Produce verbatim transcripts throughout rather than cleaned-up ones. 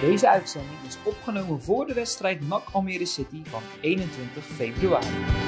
Deze uitzending is opgenomen voor de wedstrijd N A C Almere City van eenentwintig februari.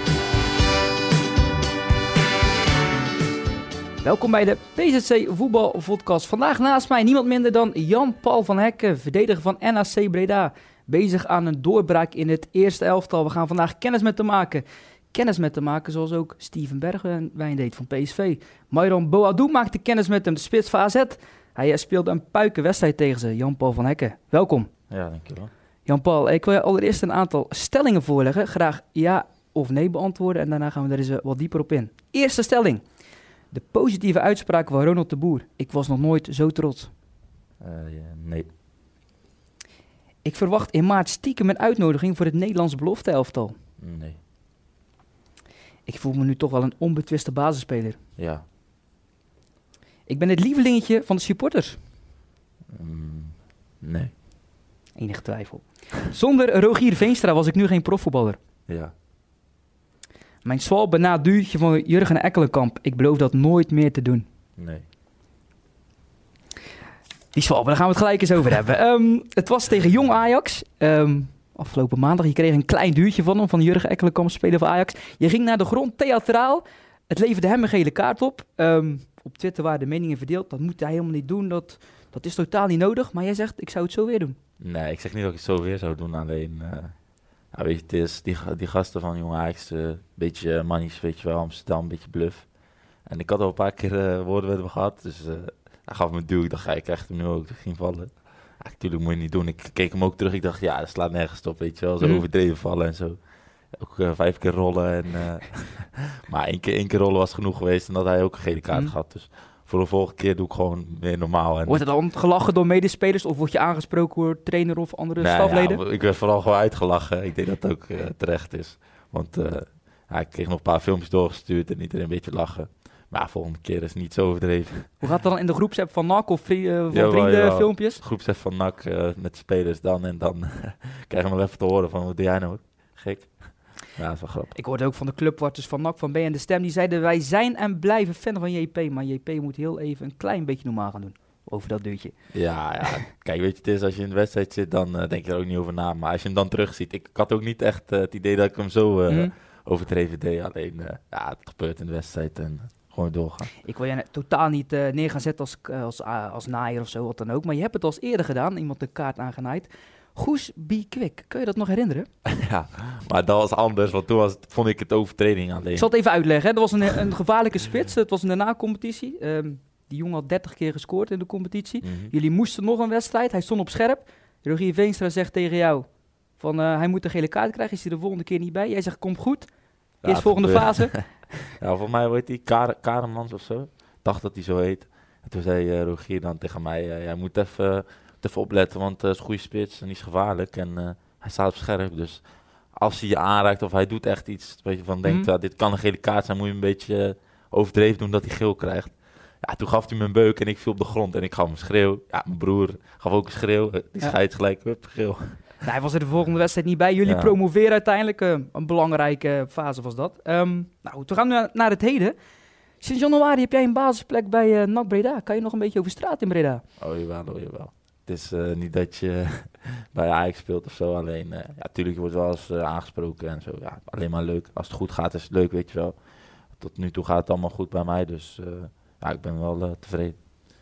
Welkom bij de P Z C Voetbalpodcast. Vandaag naast mij niemand minder dan Jan-Paul van Hekken, verdediger van N A C Breda. Bezig aan een doorbraak in het eerste elftal. We gaan vandaag kennis met hem maken. Kennis met hem maken zoals ook Steven Bergwijn deed van P S V. Myron Boadou maakte kennis met hem, de spits van A Z. Hij speelde een puikenwedstrijd tegen ze. Jan-Paul van Hekken, welkom. Ja, dankjewel. Jan-Paul, ik wil je allereerst een aantal stellingen voorleggen. Graag ja of nee beantwoorden en daarna gaan we er eens wat dieper op in. Eerste stelling. De positieve uitspraak van Ronald de Boer. Ik was nog nooit zo trots. Uh, ja, nee. Ik verwacht in maart stiekem een uitnodiging voor het Nederlands belofte-elftal. Nee. Ik voel me nu toch wel een onbetwiste basisspeler. Ja. Ik ben het lievelingetje van de supporters. Mm, nee. Enige twijfel. Zonder Rogier Veenstra was ik nu geen profvoetballer. Ja. Mijn zwalbe na het duurtje van Jurgen Ekkelenkamp. Ik beloof dat nooit meer te doen. Nee. Die zwalbe, daar gaan we het gelijk eens over hebben. Um, het was tegen Jong Ajax. Um, afgelopen maandag. Je kreeg een klein duurtje van hem, van Jurgen Ekkelenkamp, speler van Ajax. Je ging naar de grond, theatraal. Het leverde hem een gele kaart op. Um, op Twitter waren de meningen verdeeld. Dat moet hij helemaal niet doen. Dat, dat is totaal niet nodig. Maar jij zegt, ik zou het zo weer doen. Nee, ik zeg niet dat ik het zo weer zou doen. Alleen, uh, ja, weet je, het is die, die gasten van Jong Ajax, een uh, beetje uh, manies, weet je wel, Amsterdam, een beetje bluff. En ik had al een paar keer uh, woorden met hem gehad. Dus uh, hij gaf me een duw. Ik dacht, ja, ik krijg hem nu ook. Dat ging vallen. Ja, natuurlijk moet je niet doen. Ik keek hem ook terug. Ik dacht, ja, dat slaat nergens op, weet je wel. Zo mm. overdreven vallen en zo. Ook uh, vijf keer rollen. En, uh, maar één keer, één keer rollen was genoeg geweest. En dat hij ook een gele kaart mm. gehad. Dus voor de volgende keer doe ik gewoon weer normaal. En wordt het dan gelachen door medespelers? Of word je aangesproken door trainer of andere nee, stafleden? Ja, ik werd vooral gewoon uitgelachen. Ik denk dat het ook uh, terecht is. Want uh, ja, ik kreeg nog een paar filmpjes doorgestuurd. En iedereen een beetje lachen. Maar volgende keer is het niet zo overdreven. Hoe gaat het dan in de groepsapp van N A C of vri- uh, van jawel, vrienden jawel. filmpjes? Groepsapp van N A C uh, met spelers dan. En dan krijgen we nog even te horen van, wat doe jij nou? Gek. Ja, dat is wel grappig. Ik hoorde ook van de clubwarters van N A C, van B en de Stem. Die zeiden, wij zijn en blijven fan van J P. Maar J P moet heel even een klein beetje normaal gaan doen. Over dat deurtje. Ja, ja. Kijk, weet je, het is als je in de wedstrijd zit, dan uh, denk je er ook niet over na. Maar als je hem dan terugziet. Ik, ik had ook niet echt uh, het idee dat ik hem zo uh, mm. overdreven deed. Alleen, uh, ja, het gebeurt in de wedstrijd en... Uh, gewoon doorgaan. Ik wil je totaal niet uh, neer gaan zetten als, als, uh, als naaier of zo, wat dan ook. Maar je hebt het al eens eerder gedaan, iemand de kaart aangenaaid. Goes, be quick. Kun je dat nog herinneren? Ja, maar dat was anders, want toen was het, vond ik het overtreding alleen. Ik zal het even uitleggen. Hè. Dat was een, een gevaarlijke spits. Het was in de na-competitie. Um, die jongen had dertig keer gescoord in de competitie. Mm-hmm. Jullie moesten nog een wedstrijd. Hij stond op scherp. Rogier Veenstra zegt tegen jou, van uh, hij moet een gele kaart krijgen. Is hij de volgende keer niet bij? Jij zegt, kom goed. Ja, Eerst volgende fase. Ja, voor mij weet hij Kar- Karemans of zo. Dacht dat hij zo heet. En toen zei uh, Rogier dan tegen mij, uh, jij moet even, uh, even opletten, want het uh, is een goede spits en die is gevaarlijk. En uh, hij staat op scherp, dus als hij je aanraakt of hij doet echt iets, weet je, van denkt, mm-hmm. uh, dit kan een gele kaart zijn, moet je een beetje uh, overdreven doen dat hij geel krijgt. Ja, toen gaf hij me een beuk en ik viel op de grond en ik gaf hem een schreeuw. Ja, mijn broer gaf ook een schreeuw, die ja. scheidt gelijk, hup, geel. Nou, hij was er de volgende wedstrijd niet bij. Jullie ja. promoveren uiteindelijk. Uh, een belangrijke fase was dat. Um, nou, we gaan nu naar het heden. Sinds januari heb jij een basisplek bij uh, N A C Breda. Kan je nog een beetje over straat in Breda? Oh, jawel, oh, jawel. Het is uh, niet dat je bij Ajax speelt of zo. Alleen, uh, ja, natuurlijk wordt wel eens uh, aangesproken en zo. Ja, alleen maar leuk. Als het goed gaat, is het leuk, weet je wel. Tot nu toe gaat het allemaal goed bij mij. Dus uh, ja, ik ben wel uh, tevreden.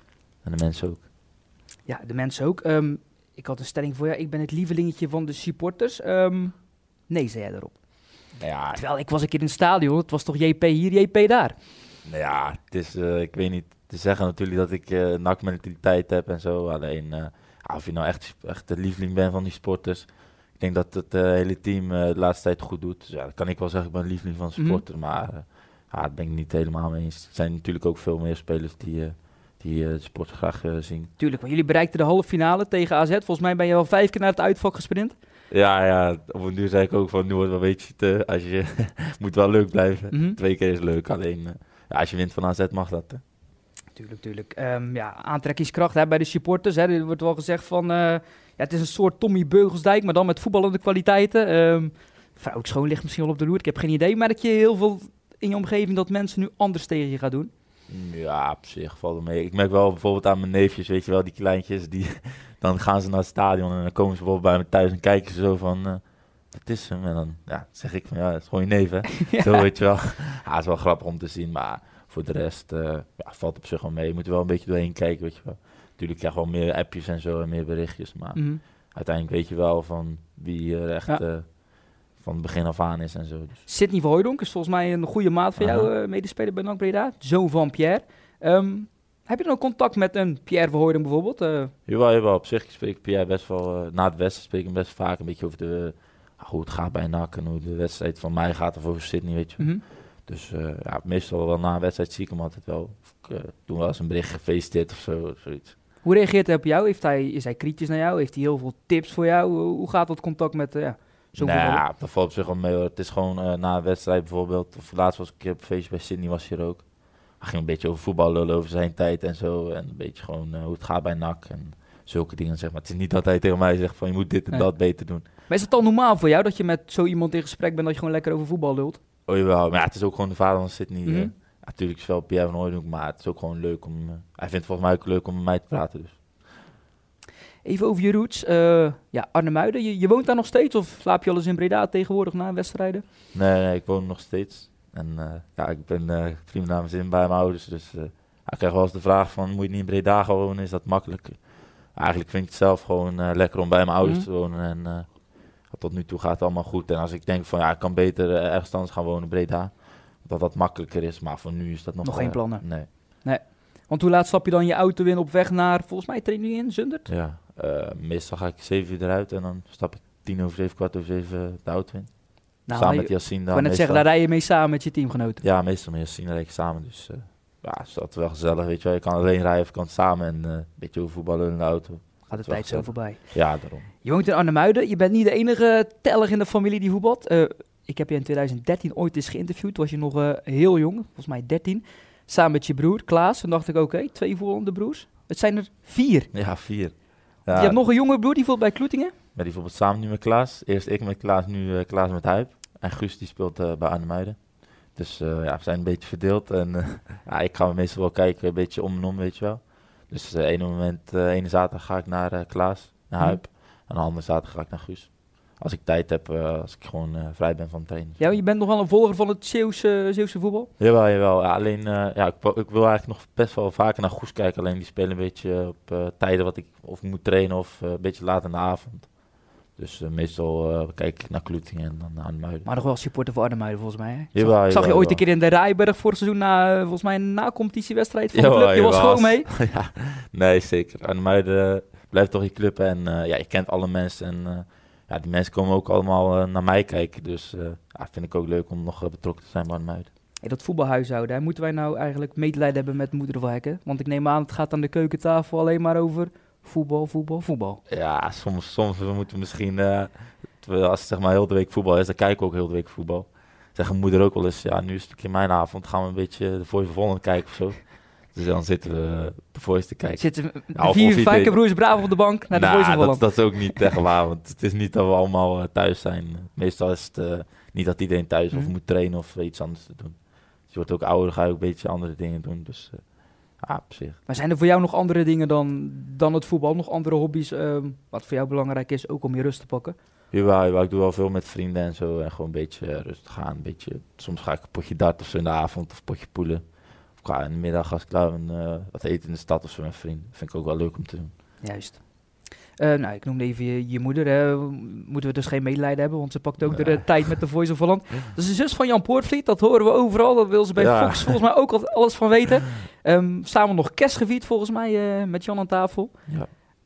En de mensen ook. Ja, de mensen ook. Um, Ik had een stelling voor jou. Ik ben het lievelingetje van de supporters. Um, nee, zei jij daarop. Ja, terwijl ik was een keer in het stadion. Het was toch J P hier, J P daar? Nou ja, het is, uh, ik weet niet te zeggen natuurlijk dat ik uh, N A C-mentaliteit heb en zo. Alleen, uh, of je nou echt, echt de lieveling bent van die sporters. Ik denk dat het uh, hele team uh, de laatste tijd goed doet. Dus ja, dat kan ik wel zeggen, ik ben een lieveling van de supporter. Mm-hmm. Maar uh, ja, daar ben ik niet helemaal mee eens. Er zijn natuurlijk ook veel meer spelers die... Uh, die uh, de sport graag uh, zien. Tuurlijk, want jullie bereikten de halve finale tegen A Z. Volgens mij ben je wel vijf keer naar het uitvak gesprint. Ja, ja. Op een duur zei ik ook van, nu wordt het wel een beetje te... Als je moet wel leuk blijven. Mm-hmm. Twee keer is leuk. Alleen, uh, ja, als je wint van A Z mag dat. Hè. Tuurlijk, tuurlijk. Um, ja, aantrekkingskracht hè, bij de supporters. Hè. Er wordt wel gezegd van... Uh, ja, het is een soort Tommy Beugelsdijk, maar dan met voetballende kwaliteiten. Um, vrouwelijk schoon ligt misschien wel op de loer. Ik heb geen idee. Maar dat je heel veel in je omgeving dat mensen nu anders tegen je gaan doen. Ja, op zich valt het mee. Ik merk wel bijvoorbeeld aan mijn neefjes, weet je wel, die kleintjes, die, dan gaan ze naar het stadion en dan komen ze bijvoorbeeld bij me thuis en kijken ze zo van, uh, wat is hem? En dan ja, zeg ik van, ja, het is gewoon je neef, hè. Ja. Zo, weet je wel. Ja, het is wel grappig om te zien, maar voor de rest uh, ja, valt op zich wel mee. Je moet er wel een beetje doorheen kijken, weet je wel. Natuurlijk krijg je wel meer appjes en zo en meer berichtjes, maar mm-hmm. uiteindelijk weet je wel van wie er echt ja. uh, van het begin af aan is en zo. Dus. Sidney van Hooijdonk is volgens mij een goede maat van jou, uh, medespeler bij N A C Breda, zoon van Pierre. Um, heb je dan ook contact met een Pierre van Hooijdonk bijvoorbeeld? Uh? Jawel, jawel, op zich spreek ik Pierre best wel, uh, na het wedstrijd spreek ik hem best vaak een beetje over de, uh, hoe het gaat bij N A C en hoe de wedstrijd van mij gaat of over Sidney, weet je. Mm-hmm. Dus uh, ja, meestal wel na een wedstrijd zie ik hem altijd wel. Of ik uh, doe wel eens een bericht gefeliciteerd of zo, of zoiets. Hoe reageert hij op jou? Heeft hij, is hij kritisch naar jou? Heeft hij heel veel tips voor jou? Hoe gaat dat contact met uh, ja, zo'n nou, ja, dat valt op zich wel mee hoor. Het is gewoon uh, na een wedstrijd bijvoorbeeld, of laatst was ik een keer op een feestje bij Sidney, was hier ook. Hij ging een beetje over voetbal lullen, over zijn tijd en zo. En een beetje gewoon uh, hoe het gaat bij N A C en zulke dingen, zeg maar. Het is niet dat hij tegen mij zegt van je moet dit en nee. dat beter doen. Maar is het dan normaal voor jou dat je met zo iemand in gesprek bent dat je gewoon lekker over voetbal lult? Oh jawel, maar ja, het is ook gewoon de vader van Sidney. Mm-hmm. Uh, natuurlijk is wel Pierre van Hooijdonk, maar het is ook gewoon leuk om... Uh, hij vindt het volgens mij ook leuk om met mij te praten, dus. Even over je roots. Uh, ja, Arnhemuiden, je, je woont daar nog steeds of slaap je al eens in Breda tegenwoordig na wedstrijden? Nee, nee, ik woon nog steeds. En uh, ja, ik ben uh, prima naar mijn zin bij mijn ouders, dus uh, ik krijg wel eens de vraag van, moet je niet in Breda gaan wonen, is dat makkelijk? Eigenlijk vind ik het zelf gewoon uh, lekker om bij mijn ouders mm. te wonen en uh, tot nu toe gaat het allemaal goed. En als ik denk van, ja, ik kan beter uh, ergens anders gaan wonen, Breda, dat dat makkelijker is, maar voor nu is dat nog... Nog uh, geen plannen? Nee. Nee. Want hoe laat stap je dan je auto in op weg naar, volgens mij train je in Zundert? Ja, uh, meestal ga ik zeven uur eruit en dan stap ik tien over zeven, kwart over zeven de auto in. Nou, samen met Yassine. Ik kan net zeggen, daar rij je mee samen met je teamgenoten. Ja, meestal met Yassine rij ik samen. Dus uh, ja, is dat wel gezellig, weet je wel. Je kan alleen rijden of je kan samen en uh, een beetje over voetballen in de auto. Gaat de tijd zo voorbij. Ja, daarom. Je woont in Arnhemuiden. Je bent niet de enige teller in de familie die voetbalt. Uh, ik heb je in twintig dertien ooit eens geïnterviewd. Toen was je nog uh, heel jong, volgens mij dertien. Samen met je broer Klaas. Toen dacht ik, oké, okay, twee voetballende broers. Het zijn er vier. Ja, vier. Ja. Je hebt nog een jonge broer die voelt bij Kloetingen. Ja, die voetbalt samen nu met Klaas. Eerst ik met Klaas, nu uh, Klaas met Huip. En Guus die speelt uh, bij Arnhemuiden. Dus uh, ja, we zijn een beetje verdeeld. En uh, ja, ik ga meestal wel kijken, een beetje om en om, weet je wel. Dus uh, ene moment, uh, ene zaterdag ga ik naar uh, Klaas, naar Huip. Mm. En de andere zaterdag ga ik naar Guus. Als ik tijd heb, uh, als ik gewoon uh, vrij ben van het trainen. Ja, je bent nogal een volger van het Zeeuwse, Zeeuwse voetbal? Jawel, jawel. Ja, alleen, uh, ja, ik, ik wil eigenlijk nog best wel vaker naar Goes kijken. Alleen die spelen een beetje op uh, tijden wat ik of moet trainen of uh, een beetje laat in de avond. Dus uh, meestal uh, kijk ik naar Kloetingen en dan naar Arnhemuiden. Maar nog wel supporter voor Arnhemuiden volgens mij, hè? Jawel, zag, jawel, zag je jawel. ooit een keer in de Rijberg vorig seizoen na, uh, volgens mij een na-competitiewedstrijd van de club? Je was gewoon mee? Ja, nee, zeker. Arnhemuiden uh, blijft toch je club en uh, ja, je kent alle mensen en... Uh, Ja, die mensen komen ook allemaal uh, naar mij kijken. Dus uh, ja, vind ik ook leuk om nog uh, betrokken te zijn bij Arnhemuiden. Hey, dat voetbalhuishouden, hè? Moeten wij nou eigenlijk medelijden hebben met Moeder van Hekken? Want ik neem aan, het gaat aan de keukentafel alleen maar over voetbal, voetbal, voetbal. Ja, soms, soms we moeten misschien, uh, als het zeg maar heel de week voetbal is, dan kijken we ook heel de week voetbal. Zeggen moeder ook wel eens, ja, nu is het een keer mijn avond, gaan we een beetje de Voice of Holland kijken of zo. Dus dan zitten we de Voice te kijken. Zitten nou, vier, vijf keer broers braaf op de bank naar de nou, Voice of Holland? Dat, dat is ook niet echt waar, want het is niet dat we allemaal uh, thuis zijn. Meestal is het uh, niet dat iedereen thuis mm-hmm. of moet trainen of uh, iets anders te doen. Dus je wordt ook ouder, ga je ook een beetje andere dingen doen. Dus uh, ja, op zich. Maar zijn er voor jou nog andere dingen dan, dan het voetbal? Nog andere hobby's, um, wat voor jou belangrijk is, ook om je rust te pakken? Jawel, jawel, ik doe wel veel met vrienden en zo. En gewoon een beetje uh, rustig gaan. Een beetje, soms ga ik een potje dart of zo in de avond of een potje poelen. Of ga in de middag als ik klaar ben uh, wat eten in de stad of zo met vrienden. Dat vind ik ook wel leuk om te doen. Juist. Uh, nou, ik noemde even je, je moeder. Hè. Moeten we dus geen medelijden hebben, want ze pakt ook nee. de, de tijd met de Voice of Holland. Dat is de zus van Jan Poortvliet, dat horen we overal. Dat wil ze bij ja. Fox volgens mij ook al alles van weten. Um, samen nog kerstgevierd volgens mij uh, met Jan aan tafel. Ja.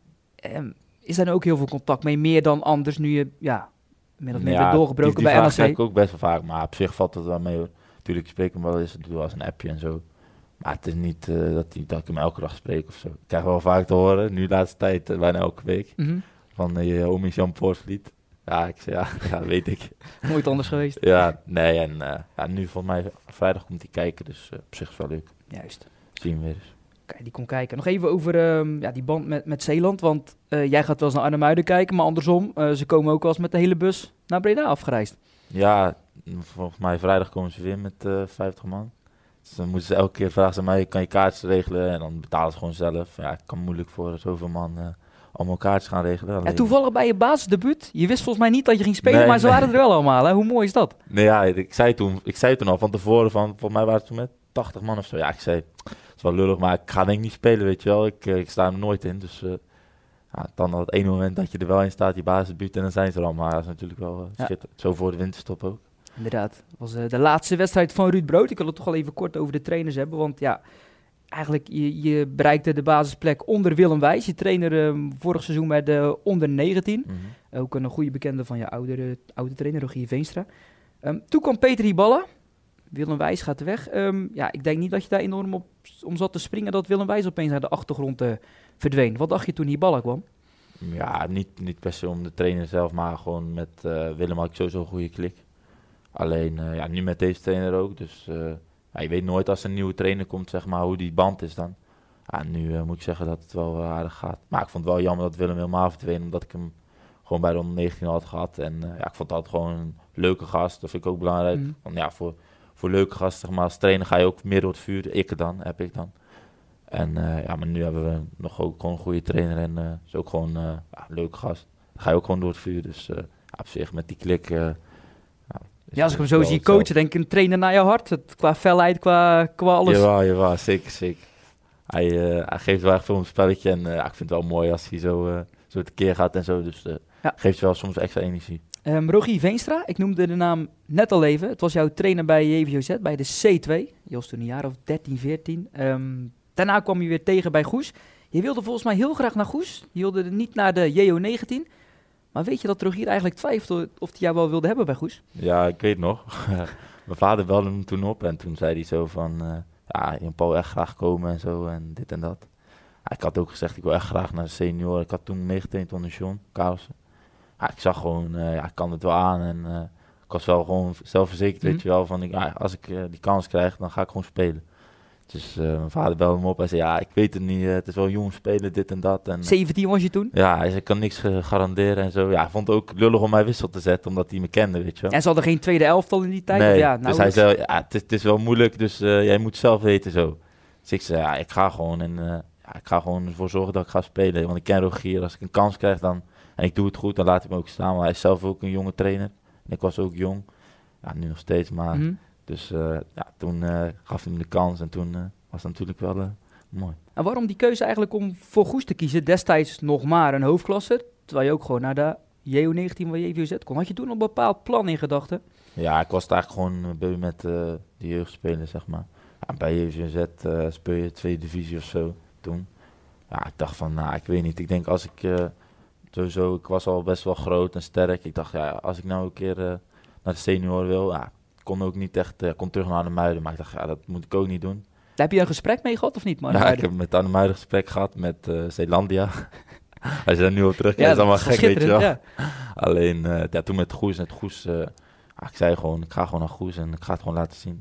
Um, is daar nou ook heel veel contact mee, meer dan anders, nu je ja, min of meer ja, bent doorgebroken die, die bij N A C? Die vraag krijg ik ook best wel vaak, maar op zich valt het wel mee hoor. Natuurlijk spreek ik hem wel eens, het doe als een appje en zo. Maar het is niet uh, dat, die, dat ik hem elke dag spreek of zo. Ik krijg wel vaak te horen, nu de laatste tijd uh, bijna elke week, mm-hmm. van uh, je oom is Jan Poortvliet. Ja, ik zeg, ja, ja, weet ik. Nooit anders geweest. Ja, nee, en uh, ja, nu volgens mij vrijdag komt hij kijken, dus uh, op zich is wel leuk. Juist. Zien we weer eens. Kijk, die kon kijken. Nog even over um, ja, die band met, met Zeeland, want uh, jij gaat wel eens naar Arnhemuiden kijken, maar andersom, uh, ze komen ook wel eens met de hele bus naar Breda afgereisd. Ja, volgens mij vrijdag komen ze weer met uh, vijftig man. Dus dan moeten ze elke keer vragen ze mij, kan je kaartjes regelen? En dan betalen ze gewoon zelf. Ja, het kan moeilijk voor zoveel man uh, allemaal kaartjes gaan regelen. Alleen... En toevallig bij je basisdebuut, je wist volgens mij niet dat je ging spelen, Nee, maar ze nee. waren er wel allemaal. Hè? Hoe mooi is dat? Nee, ja, ik zei, toen, ik zei toen al van tevoren, van, volgens mij waren het toen met tachtig man of zo. Ja, ik zei, het is wel lullig, maar ik ga denk ik niet spelen, weet je wel. Ik, ik sta er nooit in, dus... Uh, ja, dan dat ene moment dat je er wel in staat, die basisdebuut, en dan zijn ze er al. Maar dat is natuurlijk wel uh, ja. schitterend. Zo voor de winterstop ook. Inderdaad. Dat was uh, de laatste wedstrijd van Ruud Brood. Ik wil het toch al even kort over de trainers hebben, want ja... Eigenlijk, je, je bereikte de basisplek onder Willem Wijs. Je trainer uh, vorig seizoen bij de onder negentien. Mm-hmm. Ook een goede bekende van je oudere, oude trainer, Rogier Veenstra. Um, toen kwam Peter Hiballa. Willem Wijs gaat weg. Um, ja, ik denk niet dat je daar enorm op om zat te springen dat Willem Wijs opeens naar de achtergrond uh, verdween. Wat dacht je toen Hiballa kwam? Ja, niet, niet per se om de trainer zelf, maar gewoon met uh, Willem had ik sowieso een goede klik. Alleen, uh, ja, nu met deze trainer ook, dus... Uh, Ja, je weet nooit als er een nieuwe trainer komt, zeg maar, hoe die band is dan. Ja, nu uh, moet ik zeggen dat het wel uh, aardig gaat. Maar ik vond het wel jammer dat Willem helemaal verdween, omdat ik hem gewoon bij de onder negentien had gehad. En uh, ja, ik vond dat gewoon een leuke gast, dat vind ik ook belangrijk. Mm. Want ja, voor, voor leuke gasten, zeg maar, als trainer ga je ook meer door het vuur. Ik dan, heb ik dan. En uh, ja, maar nu hebben we nog ook gewoon een goede trainer en uh, is ook gewoon uh, ja, een leuke gast. Dan ga je ook gewoon door het vuur, dus uh, ja, op zich met die klik... Uh, Ja, als ik hem zo zie coachen, denk ik een trainer naar jouw hart. Het, qua felheid, qua, qua alles. Jawel, jawel, zeker, zeker. Hij, uh, hij geeft wel echt veel een spelletje. En uh, ik vind het wel mooi als hij zo, uh, zo tekeer gaat en zo. Dus uh, ja. geeft wel soms extra energie. Um, Rogier Veenstra, ik noemde de naam net al even. Het was jouw trainer bij J V O Z, bij de C twee. Je was toen een jaar of dertien, veertien. Um, daarna kwam je weer tegen bij Goes. Je wilde volgens mij heel graag naar Goes. Je wilde niet naar de J O negentien. Maar weet je dat Rogier eigenlijk twijfelde of hij jou wel wilde hebben bij Goes? Ja, ik weet nog. Mijn vader belde hem toen op en toen zei hij zo van... Uh, ja, Jan-Paul wil echt graag komen en zo en dit en dat. Ja, ik had ook gezegd, ik wil echt graag naar de senior. Ik had toen meegetraind onder John Karlsen. Ja, ik zag gewoon, uh, ja, ik kan het wel aan en uh, ik was wel gewoon zelfverzekerd, mm. weet je wel. Van, ik, ja, als ik uh, die kans krijg, dan ga ik gewoon spelen. Dus uh, mijn vader belde hem op en zei, ja, ik weet het niet, uh, het is wel jong spelen, dit en dat. En, zeventien was je toen? Ja, hij zei, ik kan niks garanderen en zo. Ja, hij vond het ook lullig om mij wissel te zetten, omdat hij me kende, weet je wel. En ze hadden geen tweede elftal in die tijd? Nee, of ja, dus hij zei, ja, het is, het is wel moeilijk, dus uh, jij moet zelf weten zo. Dus ik zei, ja, ik ga gewoon en uh, ja, ik ga gewoon ervoor zorgen dat ik ga spelen. Want ik ken Rogier, als ik een kans krijg dan, en ik doe het goed, dan laat ik hem ook staan. Want hij is zelf ook een jonge trainer. En ik was ook jong. Ja, nu nog steeds, maar... Mm-hmm. Dus uh, ja, toen uh, gaf hij me de kans en toen... Uh, was natuurlijk wel uh, mooi. En waarom die keuze eigenlijk om voor Goes te kiezen? Destijds nog maar een hoofdklasse, terwijl je ook gewoon naar de J O negentien van J V O Z kon. Had je toen een bepaald plan in gedachten? Ja, ik was het eigenlijk gewoon bij met uh, de jeugdspelers, zeg maar. Ja, bij J V O Z uh, speel je tweede divisie of zo toen. Ja, ik dacht van, nou, ik weet niet. Ik denk als ik uh, sowieso, ik was al best wel groot en sterk. Ik dacht, ja, als ik nou een keer uh, naar de senior wil, ja, ik kon ook niet echt, uh, kon terug naar de Muiden. Maar ik dacht, ja, dat moet ik ook niet doen. Daar heb je een gesprek mee gehad of niet? Maar ja, ik heb met Anne Muiden gesprek gehad met uh, Zeelandia. Als je daar nu op terugkijkt, ja, is allemaal gek, weet je wel. Ja. Alleen, uh, ja, toen met Goes en het Goes, uh, ja, ik zei gewoon, ik ga gewoon naar Goes en ik ga het gewoon laten zien.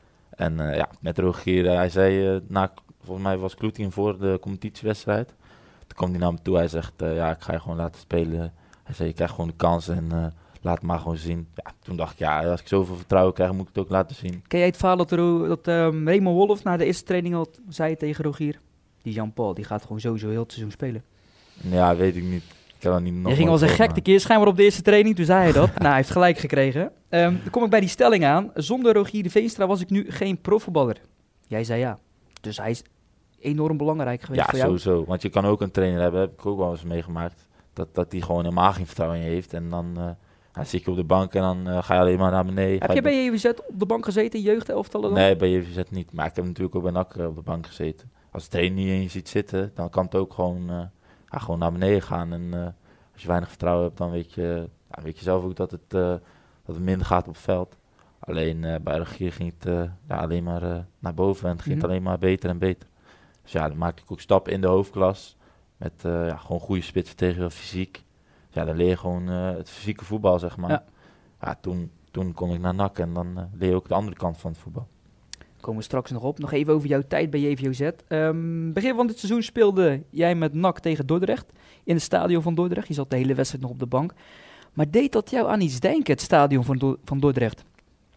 En uh, ja, met Rogier, uh, hij zei, uh, na, volgens mij was Kloetien voor de competitiewedstrijd. Toen kwam hij naar me toe, hij zegt, uh, ja, ik ga je gewoon laten spelen. Hij zei, je krijgt gewoon de kans en... Uh, laat het maar gewoon zien. Ja, toen dacht ik, ja, als ik zoveel vertrouwen krijg, moet ik het ook laten zien. Ken jij het verhaal dat, er, dat um, Raymond Wolf na de eerste training had, zei tegen Rogier? Die Jean-Paul, die gaat gewoon sowieso heel het seizoen spelen. Ja, weet ik niet. Ik kan dat niet nog. Je ging als een gek de keer schijnbaar op de eerste training, toen zei hij dat. Nou, hij heeft gelijk gekregen. Um, dan kom ik bij die stelling aan. Zonder Rogier de Veenstra was ik nu geen profvoetballer. Jij zei ja. Dus hij is enorm belangrijk geweest ja, voor jou. Ja, sowieso. Want je kan ook een trainer hebben, heb ik ook wel eens meegemaakt. Dat, dat die gewoon helemaal geen vertrouwen in je heeft. En dan... Uh, Dan zit je op de bank en dan uh, ga je alleen maar naar beneden. Heb je bij J V Z op de bank gezeten, jeugdelftallen dan? Nee, bij J V Z niet. Maar ik heb natuurlijk ook bij N A C uh, op de bank gezeten. Als de trainer niet in je ziet zitten, dan kan het ook gewoon, uh, ja, gewoon naar beneden gaan. En uh, als je weinig vertrouwen hebt, dan weet je, ja, weet je zelf ook dat het, uh, dat het minder gaat op het veld. Alleen uh, bij Rogier ging het uh, ja, alleen maar uh, naar boven en het ging mm-hmm. het alleen maar beter en beter. Dus ja, dan maakte ik ook stappen in de hoofdklas. Met uh, ja, gewoon goede spitsen tegen fysiek. Ja, dan leer je gewoon uh, het fysieke voetbal, zeg maar. Ja. Ja, toen, toen kon ik naar N A C en dan uh, leer je ook de andere kant van het voetbal. Komen we straks nog op. Nog even over jouw tijd bij J V O Z. Um, begin van dit seizoen speelde jij met N A C tegen Dordrecht. In het stadion van Dordrecht. Je zat de hele wedstrijd nog op de bank. Maar deed dat jou aan iets denken, het stadion van, Do- van Dordrecht?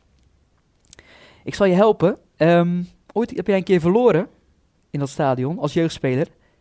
Ik zal je helpen. Um, ooit heb jij een keer verloren in dat stadion als jeugdspeler.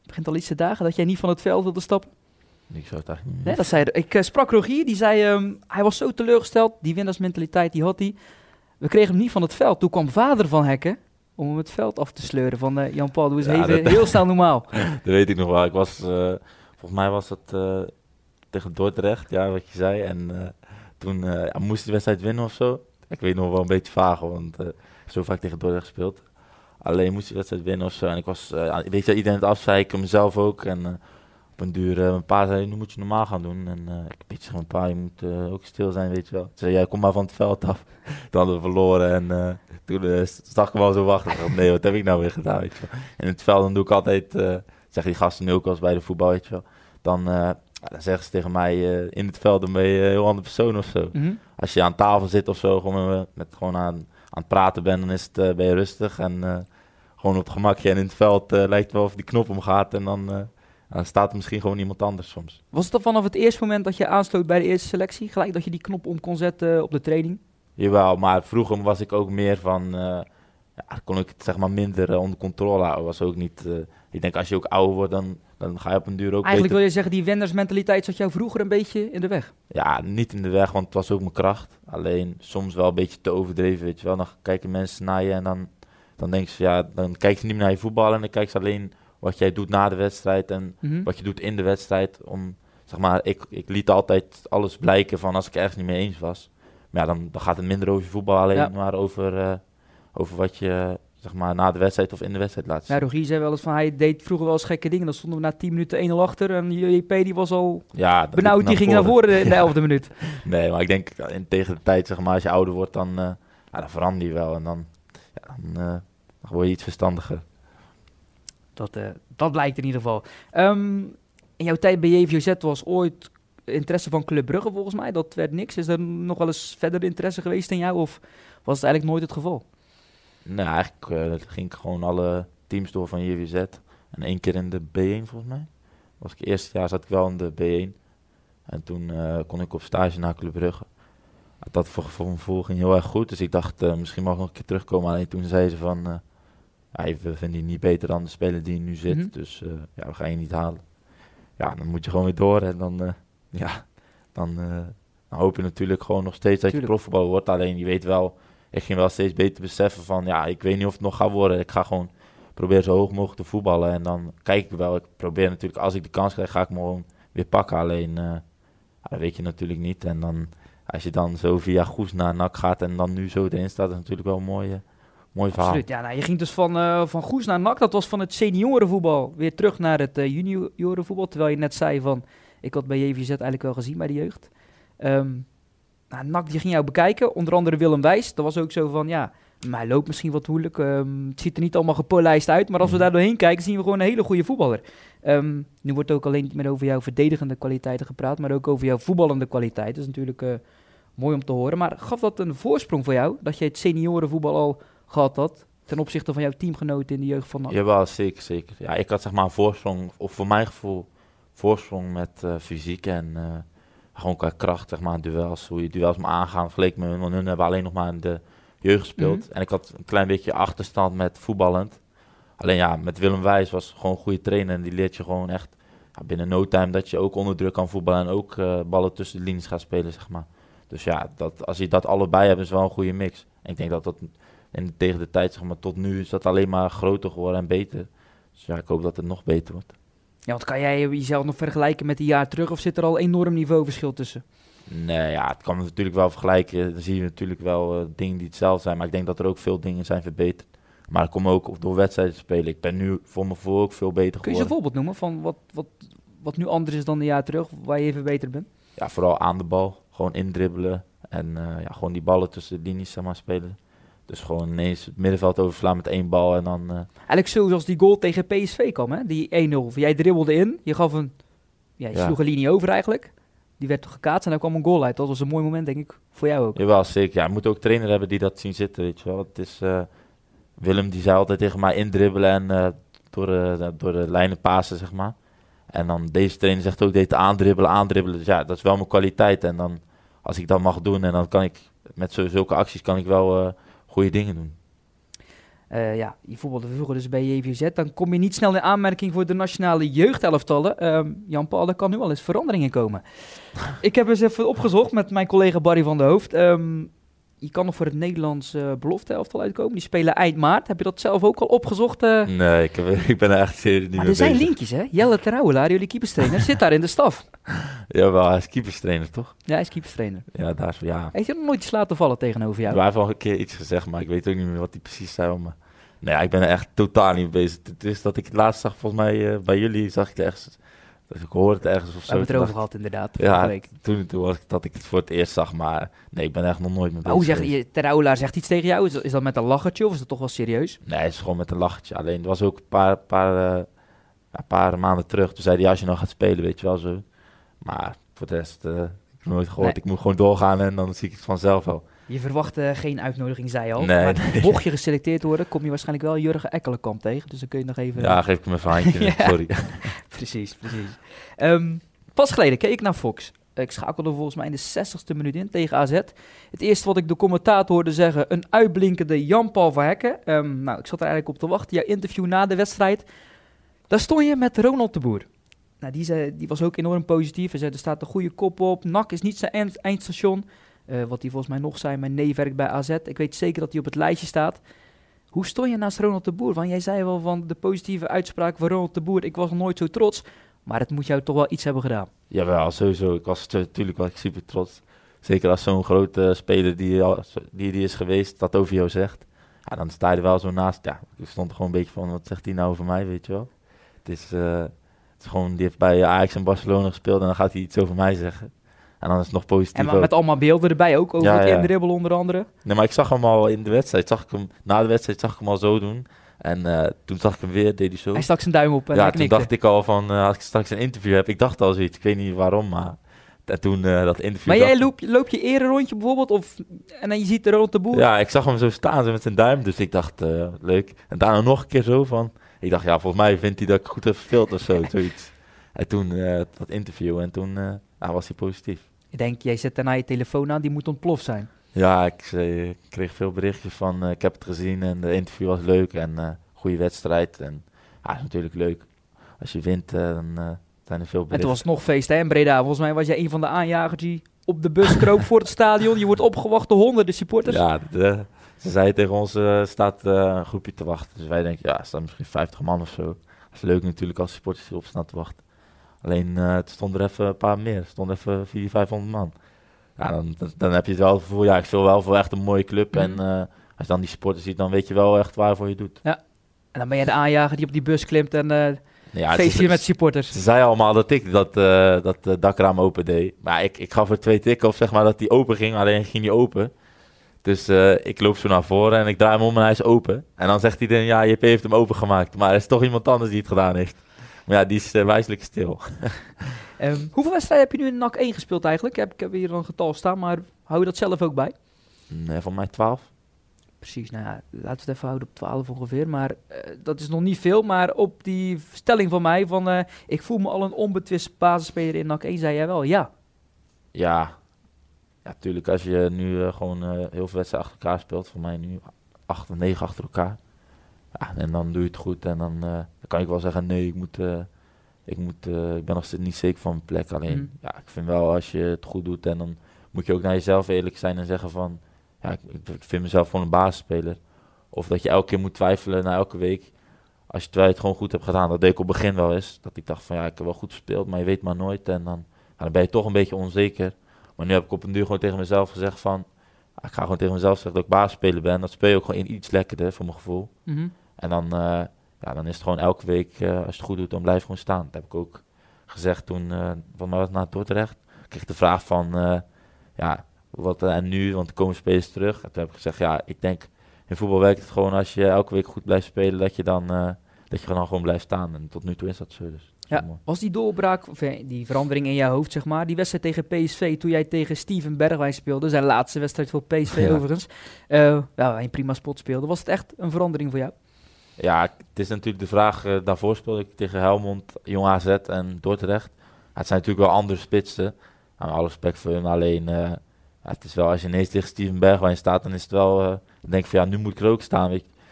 begint al iets te dagen dat jij niet van het veld wilde stappen? Ik zou het eigenlijk niet Nee, dat zei, ik uh, sprak Rogier, die zei, um, hij was zo teleurgesteld, die winnaarsmentaliteit, die had hij. We kregen hem niet van het veld. Toen kwam vader van Hekken om hem het veld af te sleuren van uh, Jan-Paul. Doe eens ja, even dat, heel snel normaal. Dat weet ik nog wel. Ik was, uh, volgens mij was het uh, tegen Dordrecht, ja, wat je zei. En uh, toen uh, ja, moest de wedstrijd winnen of zo. Ik weet nog wel een beetje vaag, want uh, ik heb zo vaak tegen Dordrecht gespeeld. Alleen moest de wedstrijd winnen of zo. En ik was, uh, weet je, iedereen het afzeiken, mezelf ook. En uh, op een duur, uh, mijn pa zei, nu moet je normaal gaan doen. En uh, ik weet je, mijn pa, je moet uh, ook stil zijn, weet je wel. Toen zei, ja, kom maar van het veld af. Toen hadden we verloren en uh, toen uh, zag ik hem al zo wachten. Dacht, nee, wat heb ik nou weer gedaan, weet je wel. In het veld dan doe ik altijd, uh, zeggen die gasten nu ook als bij de voetbal, weet je wel. Dan, uh, dan zeggen ze tegen mij, uh, in het veld dan ben je een heel andere persoon of zo. Mm-hmm. Als je aan tafel zit of zo, gewoon, uh, met, gewoon aan, aan het praten bent, dan is het, uh, ben je rustig en uh, gewoon op het gemakje. En in het veld uh, lijkt het wel of die knop omgaat en dan... Uh, dan staat er misschien gewoon iemand anders soms. Was het dan vanaf het eerste moment dat je aansloot bij de eerste selectie? Gelijk dat je die knop om kon zetten op de training? Jawel, maar vroeger was ik ook meer van... Uh, ja, kon ik het zeg maar minder uh, onder controle houden. Was ook niet... Uh, ik denk als je ook ouder wordt, dan, dan ga je op een duur ook... Eigenlijk beter... wil je zeggen, die wendersmentaliteit zat jou vroeger een beetje in de weg? Ja, niet in de weg, want het was ook mijn kracht. Alleen soms wel een beetje te overdreven, weet je wel. Dan kijken mensen naar je en dan, dan denk je... Ja, dan kijken ze niet meer naar je voetbal en dan kijken ze alleen... wat jij doet na de wedstrijd en mm-hmm. wat je doet in de wedstrijd. Om, zeg maar, ik, ik liet altijd alles blijken van als ik ergens niet mee eens was. Maar ja, dan, dan gaat het minder over je voetbal, alleen ja. maar over, uh, over wat je zeg maar, na de wedstrijd of in de wedstrijd laat zien. Ja, Rogier zei wel eens van, hij deed vroeger wel eens gekke dingen. Dan stonden we na tien minuten één nul achter en J P die was al ja, benauwd, die ging naar voren in de elfde minuut. Nee, maar ik denk in, tegen de tijd, zeg maar, als je ouder wordt, dan, uh, ja, dan verander je wel. En dan, ja, dan, uh, dan word je iets verstandiger. Dat, uh, dat blijkt in ieder geval. Um, in jouw tijd bij J V O Z was ooit interesse van Club Brugge volgens mij. Dat werd niks. Is er nog wel eens verder interesse geweest in jou? Of was het eigenlijk nooit het geval? Nou, eigenlijk uh, ging ik gewoon alle teams door van J V O Z. En één keer in de B één volgens mij. Was ik het eerste jaar zat ik wel in de B één. En toen uh, kon ik op stage naar Club Brugge. Dat voor, voor mijn gevoel ging heel erg goed. Dus ik dacht, uh, misschien mag ik nog een keer terugkomen. Alleen toen zei ze van... Uh, Ja, we vinden je niet beter dan de speler die nu zit, mm-hmm. dus uh, ja, we gaan je niet halen. Ja, dan moet je gewoon weer door en dan, uh, ja, dan, uh, dan hoop je natuurlijk gewoon nog steeds dat Tuurlijk. je profvoetballer wordt. Alleen je weet wel, ik ging wel steeds beter beseffen van, ja, ik weet niet of het nog gaat worden. Ik ga gewoon proberen zo hoog mogelijk te voetballen en dan kijk ik wel. Ik probeer natuurlijk, als ik de kans krijg, ga ik me gewoon weer pakken. Alleen, uh, ja, dat weet je natuurlijk niet. En dan, als je dan zo via Goes naar N A C gaat en dan nu zo erin staat, is natuurlijk wel een mooie... Mooi verhaal. Absoluut, ja, nou, je ging dus van, uh, van Goes naar N A C, dat was van het seniorenvoetbal weer terug naar het uh, juniorenvoetbal. Terwijl je net zei van, ik had bij J V Z eigenlijk wel gezien bij de jeugd. Um, nou, N A C die ging jou bekijken, onder andere Willem Wijs. Dat was ook zo van, ja, maar hij loopt misschien wat moeilijk. Um, het ziet er niet allemaal gepolijst uit, maar als we daar doorheen kijken, zien we gewoon een hele goede voetballer. Um, nu wordt ook alleen niet meer over jouw verdedigende kwaliteiten gepraat, maar ook over jouw voetballende kwaliteiten. Dat is natuurlijk uh, mooi om te horen. Maar gaf dat een voorsprong voor jou, dat je het seniorenvoetbal al... gehad had, ten opzichte van jouw teamgenoten in de jeugd van N A C? Jawel, zeker, zeker. Ja, ik had zeg maar een voorsprong, of voor mijn gevoel, voorsprong met uh, fysiek en uh, gewoon qua kracht, zeg maar, duels, hoe je duels moet aangaan, vergeleken met hun, want hun hebben alleen nog maar in de jeugd gespeeld. Mm-hmm. En ik had een klein beetje achterstand met voetballend. Alleen ja, met Willem Wijs was gewoon een goede trainer en die leert je gewoon echt ja, binnen no time dat je ook onder druk kan voetballen en ook uh, ballen tussen de linies gaat spelen, zeg maar. Dus ja, dat, als je dat allebei hebt, is wel een goede mix. En ik denk dat dat... En tegen de tijd, zeg maar, tot nu is dat alleen maar groter geworden en beter. Dus ja, ik hoop dat het nog beter wordt. Ja, want kan jij jezelf nog vergelijken met een jaar terug of zit er al enorm niveauverschil tussen? Nee, ja, het kan natuurlijk wel vergelijken. Dan zie je natuurlijk wel uh, dingen die hetzelfde zijn. Maar ik denk dat er ook veel dingen zijn verbeterd. Maar ik kom ook door wedstrijden te spelen. Ik ben nu voor mijn gevoel ook veel beter geworden. Kun je eens een voorbeeld noemen van wat, wat, wat nu anders is dan een jaar terug, waar je even beter bent? Ja, vooral aan de bal. Gewoon indribbelen. En uh, ja, gewoon die ballen tussen de linies, zeg maar, spelen. Dus gewoon ineens het middenveld overslaan met één bal en dan... Uh... Eigenlijk zo zoals die goal tegen P S V kwam, hè? Die één nul. Jij dribbelde in, je gaf een... Ja, je ja. sloeg een linie over eigenlijk. Die werd gekaatst en daar kwam een goal uit. Dat was een mooi moment, denk ik, voor jou ook. Jawel, zeker. Ja, je moet ook een trainer hebben die dat zien zitten, weet je wel. Het is... Uh, Willem, die zei altijd tegen mij indribbelen en uh, door, uh, door de lijnen pasen, zeg maar. En dan deze trainer zegt ook, deed aandribbelen, aandribbelen. Dus ja, dat is wel mijn kwaliteit. En dan, als ik dat mag doen en dan kan ik... Met zulke acties kan ik wel... Uh, goede dingen doen. Uh, ja, je voetbalde vroeger dus bij J V Z. Dan kom je niet snel in aanmerking voor de nationale jeugdelftallen. Uh, Jan-Paul, er kan nu wel eens veranderingen komen. Ik heb eens even opgezocht met mijn collega Barry van der Hoofd. Um, je kan nog voor het Nederlands uh, belofte-elftal uitkomen. Die spelen eind maart. Heb je dat zelf ook al opgezocht? Uh? Nee, ik, heb, ik ben er echt serieus niet maar mee er zijn bezig. linkjes, hè? Jelle Terouwelaar, jullie keeperstrainer, zit daar in de staf. Jawel, hij is keeperstrainer, toch? Ja, hij is keeperstrainer. Ja, daar is ja. Heeft hij nog nooit iets laten vallen tegenover jou? Hij heeft al een keer iets gezegd, maar ik weet ook niet meer wat hij precies zei. Maar nee, ik ben er echt totaal niet mee bezig. Het is dat ik het laatst zag, volgens mij uh, bij jullie, zag ik het ergens. Dus ik hoorde het ergens of zo. We hebben het erover gehad, inderdaad. Ja, week. toen, toen was ik dat ik het voor het eerst zag, maar nee, ik ben er echt nog nooit mee bezig. Hoe zegt je, Terouwelaar zegt iets tegen jou? Is dat, is dat met een lachertje of is dat toch wel serieus? Nee, het is gewoon met een lachertje. Alleen, het was ook een paar, paar, uh, een paar maanden terug. Toen zei hij, ja, als je nog gaat spelen, weet je wel zo. Maar voor de rest, uh, ik heb nooit gehoord. Nee. Ik moet gewoon doorgaan en dan zie ik het vanzelf wel. Je verwacht uh, geen uitnodiging, zei je al. Nee, maar nee. mocht je geselecteerd worden, kom je waarschijnlijk wel Jurgen Ekkelenkamp tegen. Dus dan kun je nog even... Ja, geef ik hem even een handje. ja. Sorry. precies, precies. Um, pas geleden keek ik naar Fox. Ik schakelde volgens mij in de zestigste minuut in tegen A Z. Het eerste wat ik de commentator hoorde zeggen, een uitblinkende Jan-Paul van Hekken. Um, nou, ik zat er eigenlijk op te wachten. Jouw interview na de wedstrijd. Daar stond je met Ronald de Boer. Nou, die, zei, die was ook enorm positief. Hij zei, er staat een goede kop op. N A C is niet zijn eind, eindstation. Uh, wat hij volgens mij nog zei, mijn neef werkt bij A Z. Ik weet zeker dat hij op het lijstje staat. Hoe stond je naast Ronald de Boer? Want jij zei wel van de positieve uitspraak van Ronald de Boer. Ik was nog nooit zo trots. Maar het moet jou toch wel iets hebben gedaan. Jawel, sowieso. Ik was natuurlijk was ik super trots. Zeker als zo'n grote uh, speler die, die, die is geweest, dat over jou zegt. Ja, dan sta je er wel zo naast. Ja, ik stond er gewoon een beetje van, wat zegt hij nou over mij, weet je wel. Het is, uh, het is gewoon, die heeft bij Ajax en Barcelona gespeeld en dan gaat hij iets over mij zeggen. En dan is het nog positief. En maar met allemaal beelden erbij ook, over ja, het ja. indribbel onder andere. Nee, maar ik zag hem al in de wedstrijd. Zag ik hem, na de wedstrijd zag ik hem al zo doen. En uh, toen zag ik hem weer, deed hij zo. Hij stak zijn duim op en ja, hij toen dacht ik al van, uh, als ik straks een interview heb, ik dacht al zoiets, ik weet niet waarom, maar en toen uh, dat interview... Maar jij loop, loop je eerder rondje bijvoorbeeld, of, en dan je ziet er Ronald de Boer? Ja, ik zag hem zo staan zo met zijn duim, dus ik dacht, uh, leuk. En daarna nog een keer zo van, ik dacht, ja, volgens mij vindt hij dat ik goed heb gespeeld of zo, zoiets. En toen uh, dat interview en toen uh, ja, was hij positief. Ik denk, jij zet daarna je telefoon aan, die moet ontploft zijn. Ja, ik, uh, ik kreeg veel berichtjes van, uh, ik heb het gezien en de interview was leuk en uh, goede wedstrijd. En ja, is natuurlijk leuk. Als je wint, uh, dan uh, zijn er veel berichten. En toen was het nog feest, hè, in Breda. Volgens mij was jij een van de aanjagers die op de bus kroop voor het stadion. Je wordt opgewacht door honderden supporters. Ja, de, ze zeiden tegen ons, uh, staat uh, een groepje te wachten. Dus wij denken, ja, er staan misschien vijftig man of zo. Dat is leuk natuurlijk als supporters hierop staan te wachten. Alleen, uh, het stond er even een paar meer. Er stond even vierhonderd, vijfhonderd man. Ja, dan, dan heb je het wel het gevoel, ja, ik speel wel voor echt een mooie club. Mm. En uh, als je dan die supporters ziet, dan weet je wel echt waarvoor je doet. Ja, en dan ben je de aanjager die op die bus klimt en uh, ja, feestje met supporters. Ze zeiden allemaal dat ik dat, uh, dat uh, dakraam open deed. Maar ik, ik gaf er twee tikken op, zeg maar, dat die open ging. Alleen ging die open. Dus uh, ik loop zo naar voren en ik draai hem om en hij is open. En dan zegt iedereen, ja, J P heeft hem opengemaakt. Maar er is toch iemand anders die het gedaan heeft. Maar ja, die is uh, wijselijk stil. um, hoeveel wedstrijden heb je nu in N A C één gespeeld eigenlijk? Ik heb, ik heb hier een getal staan, maar hou je dat zelf ook bij? Nee, van mij twaalf. Precies, nou ja, laten we het even houden op twaalf ongeveer. Maar uh, dat is nog niet veel. Maar op die stelling van mij, van uh, ik voel me al een onbetwist basisspeler in N A C één, zei jij wel ja. Ja, ja, tuurlijk. Als je nu uh, gewoon uh, heel veel wedstrijden achter elkaar speelt, voor mij nu acht of negen achter elkaar. Ja, en dan doe je het goed en dan, uh, dan kan ik wel zeggen, nee, ik moet, uh, ik, moet uh, ik ben nog steeds niet zeker van mijn plek. Alleen, mm. ja, ik vind wel als je het goed doet en dan moet je ook naar jezelf eerlijk zijn en zeggen van, ja, ik, ik vind mezelf gewoon een basisspeler. Of dat je elke keer moet twijfelen na elke week. Als je het gewoon goed hebt gedaan, dat deed ik op het begin wel eens. Dat ik dacht van, ja, ik heb wel goed gespeeld, maar je weet maar nooit. En dan, ja, dan ben je toch een beetje onzeker. Maar nu heb ik op een duur gewoon tegen mezelf gezegd van, ja, ik ga gewoon tegen mezelf zeggen dat ik basisspeler ben. Dat speel je ook gewoon in iets lekkerder, voor mijn gevoel. Mm-hmm. En dan, uh, ja, dan is het gewoon elke week, uh, als je het goed doet, dan blijf je gewoon staan. Dat heb ik ook gezegd toen, uh, van mij was na Dordrecht. Ik kreeg de vraag van, uh, ja, wat uh, en nu, want er komen spelers terug. En toen heb ik gezegd, ja, ik denk, in voetbal werkt het gewoon als je elke week goed blijft spelen, dat je dan, uh, dat je dan gewoon blijft staan. En tot nu toe is dat zo, dus. Ja, was die doorbraak, of die verandering in jouw hoofd, zeg maar, die wedstrijd tegen P S V, toen jij tegen Steven Bergwijn speelde, zijn laatste wedstrijd voor P S V ja. overigens, uh, nou, een prima spot speelde, was het echt een verandering voor jou? Ja, het is natuurlijk de vraag, uh, daarvoor speelde ik tegen Helmond, Jong A Z en Dordrecht. Ja, het zijn natuurlijk wel andere spitsen, nou, alle respect voor hun, alleen uh, ja, het is wel, als je ineens tegen Steven Bergwijn staat, dan is het wel, uh, dan denk ik van ja, nu moet ik er ook staan, weet je.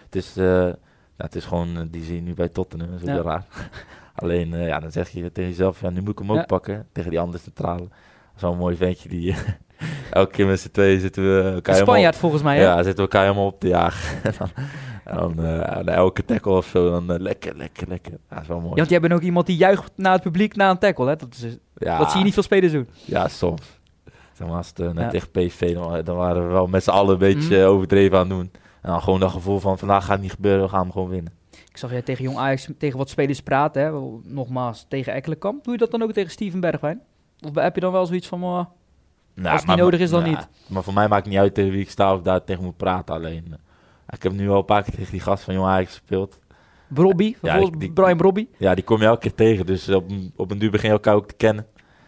Het is, uh, ja, het is gewoon, uh, die zie je nu bij Tottenham, dat is ook Ja. wel raar. Alleen, uh, ja, dan zeg je tegen jezelf, ja, nu moet ik hem ook Ja. pakken. Tegen die andere centrale. Zo'n mooi ventje die... elke keer met z'n tweeën zitten we elkaar Een helemaal... Spanjaard volgens mij, hè? Ja, zitten we elkaar helemaal op te jagen. en dan, en dan uh, na elke tackle of zo, dan uh, lekker, lekker, lekker. Ja, dat is wel mooi. Ja, want jij bent ook iemand die juicht naar het publiek na een tackle, hè? Dat, is, ja, dat zie je niet veel spelers doen. Ja, soms. Zeg maar, als het uh, net Ja. tegen P S V, dan, dan waren we wel met z'n allen een beetje Mhm. uh, overdreven aan het doen. En dan gewoon dat gevoel van, vandaag gaat het niet gebeuren, we gaan hem gewoon winnen. Ik zag jij tegen Jong Ajax tegen wat spelers praten, hè? Nogmaals, tegen Ekkelenkamp. Doe je dat dan ook tegen Steven Bergwijn? Of heb je dan wel zoiets van, uh, Nou, als het niet nodig is, dan nou, niet? Maar voor mij maakt het niet uit tegen wie ik sta of daar tegen moet praten. Alleen, uh, ik heb nu al een paar keer tegen die gast van Jong Ajax gespeeld. Brobby, Ja, vervolgens die- die- Brian Brobby. Ja, die kom je elke keer tegen, dus op, een- op een duur begin je elkaar ook te kennen.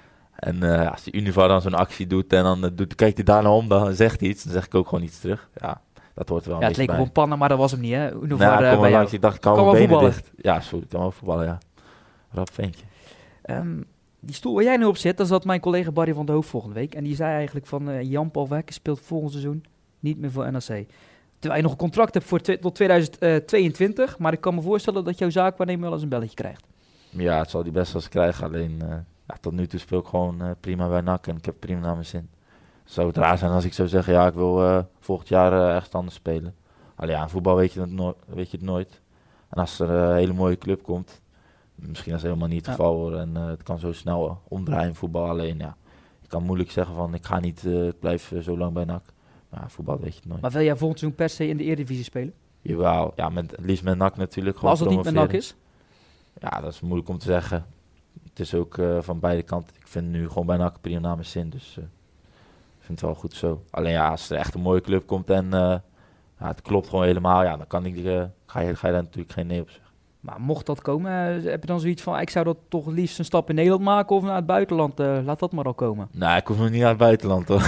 En uh, als die Univar dan zo'n actie doet en dan uh, doet, kijkt hij daarna om, dan zegt hij iets. Dan zeg ik ook gewoon iets terug. Ja, dat hoort er wel Ja, een het leek beetje op een panna, maar dat was hem niet, hè? bij. Univar Nou, uh, ja, kom bij maar langs. jou. Ik dacht, ik kan Kan wel wel benen voetballen. dicht. Ja, sorry, ik kan wel voetballen, ja. Rap ventje. Ehm, die stoel waar jij nu op zit, daar zat mijn collega Barry van der Hoofd volgende week. En die zei eigenlijk van, uh, Jan-Paul Verhekken speelt volgend seizoen niet meer voor N A C. Terwijl je nog een contract hebt voor twe- tot tweeduizend tweeëntwintig. Maar ik kan me voorstellen dat jouw zaakwaarnemer wel eens een belletje krijgt. Ja, het zal die best wel eens krijgen. Alleen, uh, ja, tot nu toe speel ik gewoon uh, prima bij N A C en ik heb prima naar mijn zin. Zou het raar zijn als ik zou zeggen, ja, ik wil uh, volgend jaar uh, ergens anders spelen. Alleen ja, in voetbal weet je, het no- weet je het nooit. En als er uh, een hele mooie club komt, misschien is dat helemaal niet het Ja. geval hoor. En uh, het kan zo snel uh, omdraaien in voetbal. Alleen ja, je kan moeilijk zeggen van, ik ga niet, uh, ik blijf uh, zo lang bij N A C. Maar ja, voetbal weet je het nooit. Maar wil jij volgend seizoen per se in de Eredivisie spelen? Jawel, ja, met, liefst met N A C natuurlijk. Maar als dat gewoon niet met N A C promoveren. is? Ja, dat is moeilijk om te zeggen. Het is ook uh, van beide kanten. Ik vind nu gewoon bij N A C prima naar mijn zin. Dus uh, ik vind het wel goed zo. Alleen ja, als er echt een mooie club komt en uh, ja, het klopt gewoon helemaal. Ja, dan kan ik, uh, ga, je, ga je daar natuurlijk geen nee op zeggen. Maar mocht dat komen, uh, heb je dan zoiets van, ik zou dat toch liefst een stap in Nederland maken of naar het buitenland? Uh, laat dat maar al komen. Nou, ik hoef nog niet naar het buitenland hoor.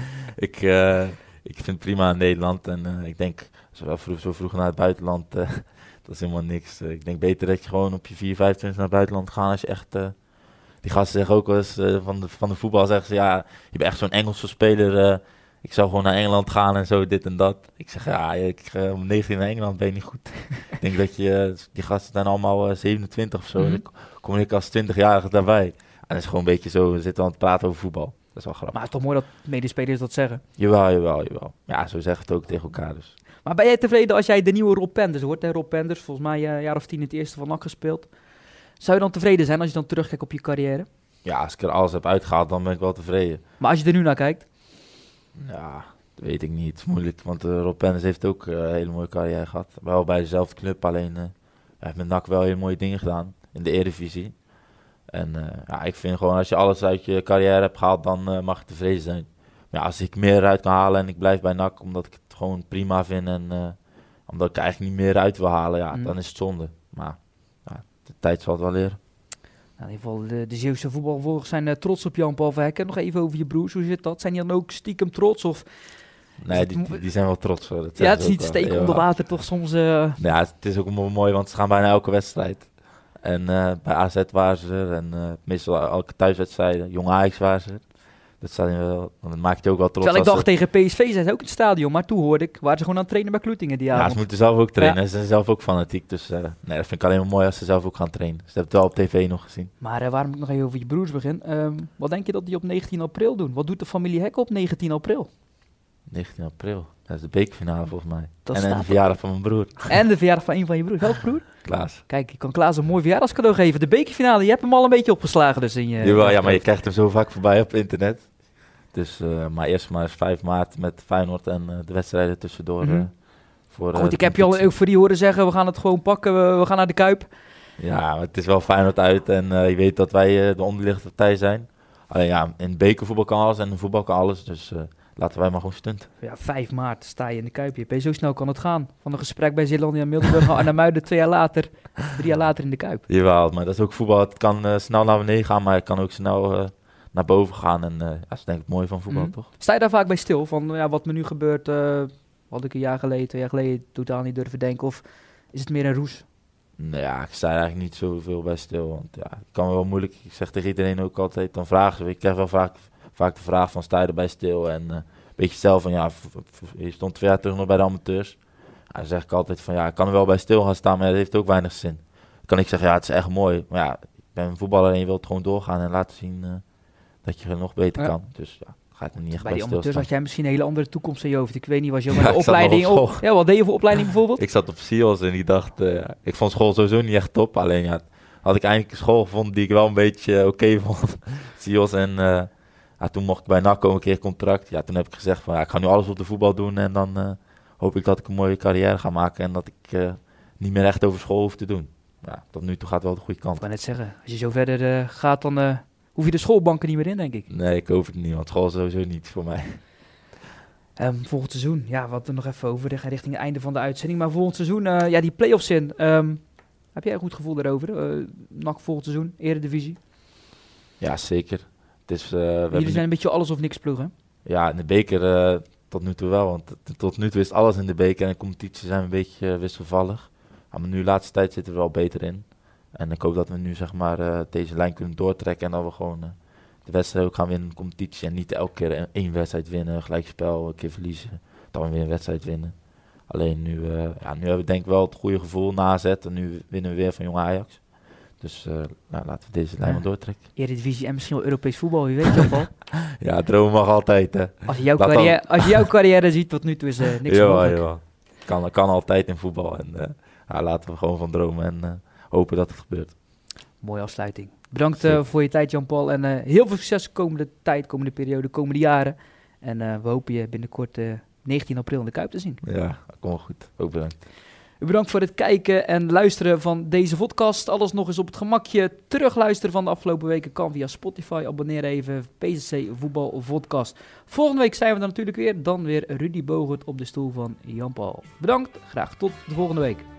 ik, uh, ik vind het prima in Nederland. En uh, ik denk, zo vroeg, zo vroeg naar het buitenland, uh, dat is helemaal niks. Uh, ik denk beter dat je gewoon op je vier, vijfentwintig naar het buitenland gaat als je echt... Uh, die gasten zeggen ook wel eens uh, van, de, van de voetbal, zeggen ze, ja, je bent echt zo'n Engelse speler. Uh, ik zou gewoon naar Engeland gaan en zo, dit en dat. Ik zeg, ja, ik, uh, om negentien naar Engeland ben je niet goed. ik denk dat je, uh, die gasten zijn allemaal uh, zevenentwintig of zo. Mhm. Dan kom ik als twintigjarige daarbij. En dat is gewoon een beetje zo, we zitten aan het praten over voetbal. Dat is wel grappig. Maar het is toch mooi dat medespelers dat zeggen. Jawel, jawel, jawel. Ja, zo zeggen het ook tegen elkaar dus. Maar ben jij tevreden als jij de nieuwe Rob Penders hoort? Hè? Rob Penders, volgens mij uh, een jaar of tien in het eerste van N A C gespeeld. Zou je dan tevreden zijn als je dan terugkijkt op je carrière? Ja, als ik er alles heb uitgehaald, dan ben ik wel tevreden. Maar als je er nu naar kijkt? Ja, dat weet ik niet. Het is moeilijk, want uh, Rob Penders heeft ook uh, een hele mooie carrière gehad. Wel bij dezelfde club, alleen uh, hij heeft met N A C wel hele mooie dingen gedaan in de Eredivisie. En uh, ja, ik vind gewoon, als je alles uit je carrière hebt gehaald, dan uh, mag je tevreden zijn. Maar ja, als ik meer eruit kan halen en ik blijf bij N A C, omdat ik het gewoon prima vind en uh, omdat ik eigenlijk niet meer uit wil halen, ja, Mm. dan is het zonde. Maar ja, de tijd zal het wel leren. Nou, in ieder geval, de, de Zeeuwse voetbalvolgers zijn uh, trots op Jan-Paul Verhekken. Nog even over je broers, hoe zit dat? Zijn die dan ook stiekem trots? Of... Nee, die, die, die zijn wel trots hoor. Dat Ja, het zeggen is ze niet ook steken wel. onder Ja. water toch soms... Uh... Ja, het is ook wel mooi, want ze gaan bijna elke wedstrijd. En uh, bij A Z waren ze er en uh, meestal elke thuiswedstrijden. Jong Ajax waren ze er. Dat, staat wel, dat maakt je ook wel trots. Terwijl ik als dacht ze, tegen P S V zijn ze ook in het stadion, maar toen hoorde ik, waren ze gewoon aan het trainen bij Kloetingen die ja, avond. ze moeten zelf ook trainen. Ja. Ze zijn zelf ook fanatiek. Dus uh, nee, dat vind ik alleen maar mooi als ze zelf ook gaan trainen. Ze hebben het wel op tv nog gezien. Maar uh, waarom ik nog even over je broers begin. Um, wat denk je dat die op negentien april doen? Wat doet de familie Hek op negentien april? negentien april. Dat is de bekerfinale volgens mij. Dat en en staat de verjaardag van mijn broer, En de verjaardag van een van je broers. Welk broer? Klaas. Kijk, je kan Klaas een mooi verjaardagscadeau geven. De bekerfinale, je hebt hem al een beetje opgeslagen dus in je... Jawel, ja, maar je krijgt hem zo vaak voorbij op internet. Dus, uh, maar eerst maar eens vijf maart met Feyenoord en uh, de wedstrijden tussendoor. Mhm. Uh, voor, uh, Goed, ik heb je al een euforie horen zeggen, we gaan het gewoon pakken, we, we gaan naar de Kuip. Ja, maar het is wel Feyenoord uit en uh, je weet dat wij uh, de onderliggende partij zijn. Alleen ja, in bekervoetbal kan alles en in voetbal kan alles, dus uh, laten wij maar gewoon stunten. Ja, vijf maart sta je in de Kuip. Ben je zo snel kan het gaan. Van een gesprek bij Zeelandia en Middelburg naar Muiden twee jaar later, drie jaar later in de Kuip. Jawel, maar dat is ook voetbal. Het kan uh, snel naar beneden gaan, maar het kan ook snel uh, naar boven gaan. En uh, ja, dat is denk ik het mooie van voetbal, Mhm. toch? Sta je daar vaak bij stil? Van ja, wat me nu gebeurt, uh, had ik een jaar geleden, twee jaar geleden totaal niet durven denken. Of is het meer een roes? Nou ja, ik sta er eigenlijk niet zoveel bij stil. Want ja, het kan wel moeilijk. Ik zeg tegen iedereen ook altijd, dan vragen ze. Ik krijg wel vaak, vaak de vraag van, sta je erbij stil? En uh, een beetje zelf van, ja, v- v- je stond twee jaar terug nog bij de amateurs. dan zeg ik altijd van ja, ik kan er wel bij stil gaan staan, maar dat heeft ook weinig zin. Dan kan ik zeggen, ja, het is echt mooi. Maar ja, ik ben een voetballer en je wilt gewoon doorgaan en laten zien uh, dat je er nog beter ja. kan. Dus ja, gaat er niet echt bij, bij stilstaan. Bij die amateurs had jij misschien een hele andere toekomst in je hoofd. Ik weet niet, was je ook ja, met de opleiding op, op Ja, wat deed je voor opleiding bijvoorbeeld? Ik zat op S I O S en die dacht, uh, ik vond school sowieso niet echt top. Alleen ja, had ik eindelijk een school gevonden die ik wel een beetje uh, oké okay vond. S I O S en... Uh, Ja, toen mocht ik bij N A C komen, een keer contract. Ja, toen heb ik gezegd van ja, ik ga nu alles op de voetbal doen en dan uh, hoop ik dat ik een mooie carrière ga maken en dat ik uh, niet meer echt over school hoef te doen. Ja, tot nu toe gaat het wel de goede kant. Ik kan net zeggen, als je zo verder uh, gaat, dan uh, hoef je de schoolbanken niet meer in, denk ik. Nee, ik hoef het niet, want school is sowieso niet voor mij. Um, volgend seizoen, ja, we hadden er nog even over, richting het einde van de uitzending. Maar volgend seizoen, uh, ja, die play-offs in. Um, heb jij een goed gevoel daarover? Uh, N A C volgend seizoen, Eredivisie? Ja, zeker. Dus, uh, Jullie zijn nu... een beetje alles of niks ploegen. Ja, in de beker uh, tot nu toe wel. Want t- tot nu toe is alles in de beker. En de competitie zijn we een beetje uh, wisselvallig. Ja, maar nu de laatste tijd zitten we wel beter in. En ik hoop dat we nu zeg maar uh, deze lijn kunnen doortrekken. En dat we gewoon uh, de wedstrijd ook gaan winnen in de competitie. En niet elke keer één wedstrijd winnen, gelijkspel, een keer verliezen. Dan we weer een wedstrijd winnen. Alleen nu, uh, ja, nu hebben we denk ik wel het goede gevoel nazet. En nu winnen we weer van Jong Ajax. Dus uh, nou, laten we deze lijn ja. Eredivisie Eredivisie en misschien wel Europees voetbal, wie weet je wel. Ja, dromen mag altijd. Hè. Als, je jouw carrière, als je jouw carrière ziet, tot nu toe is uh, niks ja, mogelijk. Ja, kan, kan altijd in voetbal. En uh, ja, laten we gewoon van dromen en uh, hopen dat het gebeurt. Mooie afsluiting. Bedankt uh, voor je tijd, Jan-Paul. En uh, heel veel succes de komende tijd, komende periode, komende jaren. En uh, we hopen je binnenkort uh, negentien april in de Kuip te zien. Ja, kom wel goed. Ook bedankt. U bedankt voor het kijken en luisteren van deze podcast. Alles nog eens op het gemakje. Terugluisteren van de afgelopen weken kan via Spotify. Abonneer even. P C C Voetbal Podcast. Volgende week zijn we er natuurlijk weer. Dan weer Rudy Bogert op de stoel van Jan Paul. Bedankt. Graag tot de volgende week.